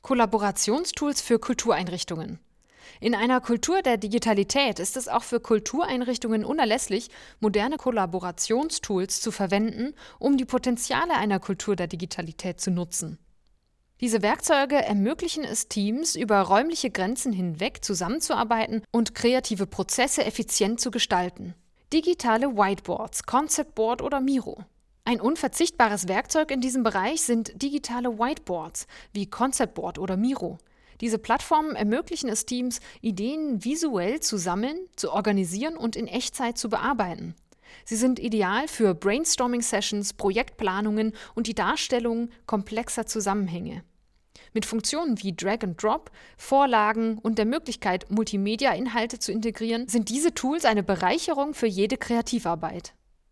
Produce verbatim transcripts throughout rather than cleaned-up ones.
Kollaborationstools für Kultureinrichtungen. In einer Kultur der Digitalität ist es auch für Kultureinrichtungen unerlässlich, moderne Kollaborationstools zu verwenden, um die Potenziale einer Kultur der Digitalität zu nutzen. Diese Werkzeuge ermöglichen es Teams, über räumliche Grenzen hinweg zusammenzuarbeiten und kreative Prozesse effizient zu gestalten. Digitale Whiteboards, Concept Board oder Miro. Ein unverzichtbares Werkzeug in diesem Bereich sind digitale Whiteboards wie Concept Board oder Miro. Diese Plattformen ermöglichen es Teams, Ideen visuell zu sammeln, zu organisieren und in Echtzeit zu bearbeiten. Sie sind ideal für Brainstorming-Sessions, Projektplanungen und die Darstellung komplexer Zusammenhänge. Mit Funktionen wie Drag and Drop, Vorlagen und der Möglichkeit, Multimedia-Inhalte zu integrieren, sind diese Tools eine Bereicherung für jede Kreativarbeit.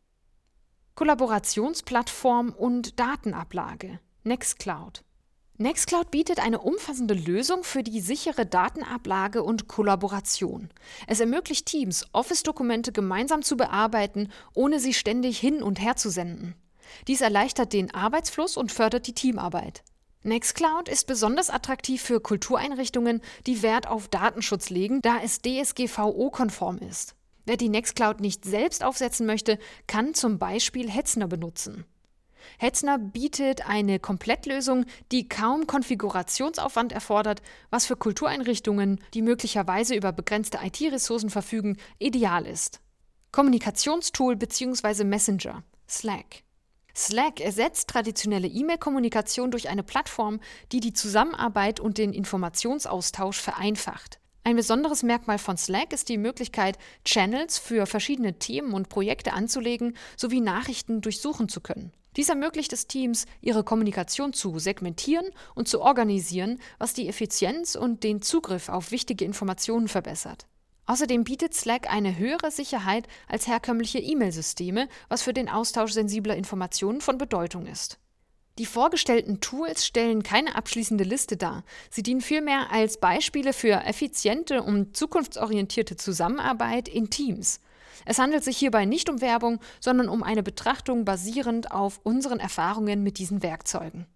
Kollaborationsplattform und Datenablage. Nextcloud. Nextcloud bietet eine umfassende Lösung für die sichere Datenablage und Kollaboration. Es ermöglicht Teams, Office-Dokumente gemeinsam zu bearbeiten, ohne sie ständig hin und her zu senden. Dies erleichtert den Arbeitsfluss und fördert die Teamarbeit. Nextcloud ist besonders attraktiv für Kultureinrichtungen, die Wert auf Datenschutz legen, da es D S G V O-konform ist. Wer die Nextcloud nicht selbst aufsetzen möchte, kann zum Beispiel Hetzner benutzen. Hetzner bietet eine Komplettlösung, die kaum Konfigurationsaufwand erfordert, was für Kultureinrichtungen, die möglicherweise über begrenzte I T-Ressourcen verfügen, ideal ist. Kommunikationstool bzw. Messenger, Slack. Slack ersetzt traditionelle E-Mail-Kommunikation durch eine Plattform, die die Zusammenarbeit und den Informationsaustausch vereinfacht. Ein besonderes Merkmal von Slack ist die Möglichkeit, Channels für verschiedene Themen und Projekte anzulegen sowie Nachrichten durchsuchen zu können. Dies ermöglicht es Teams, ihre Kommunikation zu segmentieren und zu organisieren, was die Effizienz und den Zugriff auf wichtige Informationen verbessert. Außerdem bietet Slack eine höhere Sicherheit als herkömmliche E-Mail-Systeme, was für den Austausch sensibler Informationen von Bedeutung ist. Die vorgestellten Tools stellen keine abschließende Liste dar. Sie dienen vielmehr als Beispiele für effiziente und zukunftsorientierte Zusammenarbeit in Teams. Es handelt sich hierbei nicht um Werbung, sondern um eine Betrachtung basierend auf unseren Erfahrungen mit diesen Werkzeugen.